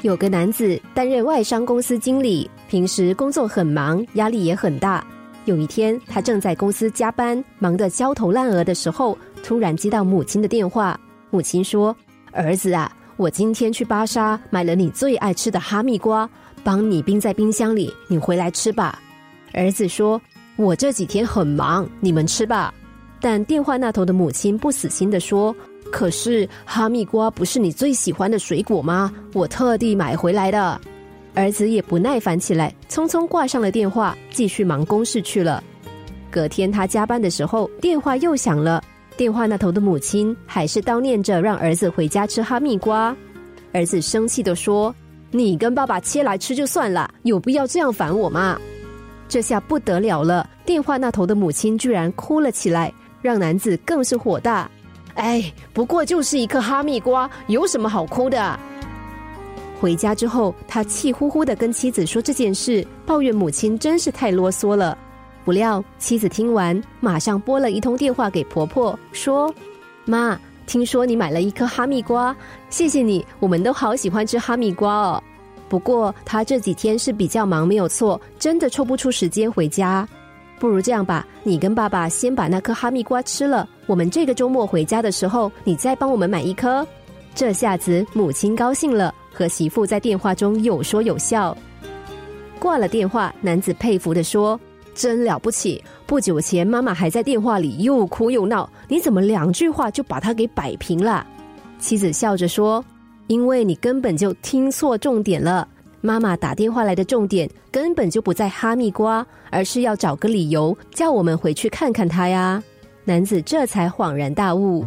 有个男子担任外商公司经理，平时工作很忙，压力也很大。有一天，他正在公司加班，忙得焦头烂额的时候，突然接到母亲的电话。母亲说：儿子啊，我今天去巴沙买了你最爱吃的哈密瓜，帮你冰在冰箱里，你回来吃吧。儿子说：我这几天很忙，你们吃吧。但电话那头的母亲不死心地说：可是哈密瓜不是你最喜欢的水果吗？我特地买回来的。儿子也不耐烦起来，匆匆挂上了电话，继续忙公事去了。隔天他加班的时候，电话又响了。电话那头的母亲还是叨念着让儿子回家吃哈密瓜。儿子生气地说：你跟爸爸切来吃就算了，有必要这样烦我吗？这下不得了了，电话那头的母亲居然哭了起来，让男子更是火大。哎，不过就是一颗哈密瓜，有什么好哭的？回家之后，他气呼呼地跟妻子说这件事，抱怨母亲真是太啰嗦了。不料妻子听完，马上拨了一通电话给婆婆，说：妈，听说你买了一颗哈密瓜，谢谢你，我们都好喜欢吃哈密瓜哦。不过他这几天是比较忙，没有错，真的抽不出时间回家。不如这样吧，你跟爸爸先把那颗哈密瓜吃了，我们这个周末回家的时候，你再帮我们买一颗。这下子母亲高兴了，和媳妇在电话中有说有笑。挂了电话，男子佩服地说：真了不起，不久前妈妈还在电话里又哭又闹，你怎么2句话就把她给摆平了？妻子笑着说：因为你根本就听错重点了，妈妈打电话来的重点根本就不在哈密瓜，而是要找个理由叫我们回去看看她呀。男子这才恍然大悟。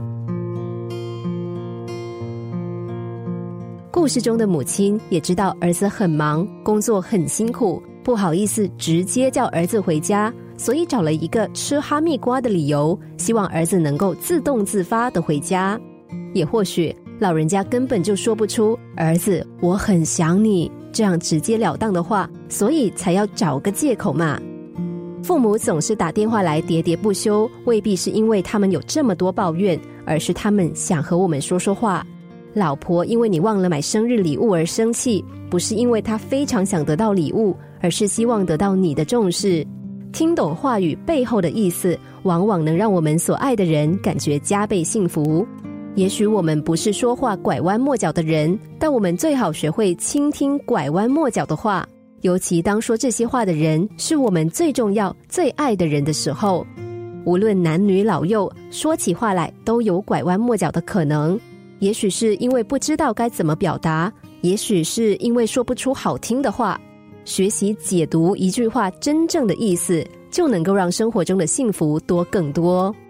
故事中的母亲也知道儿子很忙，工作很辛苦，不好意思直接叫儿子回家，所以找了一个吃哈密瓜的理由，希望儿子能够自动自发地回家。也或许老人家根本就说不出儿子我很想你这样直截了当的话，所以才要找个借口嘛。父母总是打电话来喋喋不休，未必是因为他们有这么多抱怨，而是他们想和我们说说话。老婆因为你忘了买生日礼物而生气，不是因为她非常想得到礼物，而是希望得到你的重视。听懂话语背后的意思，往往能让我们所爱的人感觉加倍幸福。也许我们不是说话拐弯抹角的人，但我们最好学会倾听拐弯抹角的话，尤其当说这些话的人是我们最重要最爱的人的时候。无论男女老幼，说起话来都有拐弯抹角的可能，也许是因为不知道该怎么表达，也许是因为说不出好听的话。学习解读一句话真正的意思，就能够让生活中的幸福多更多。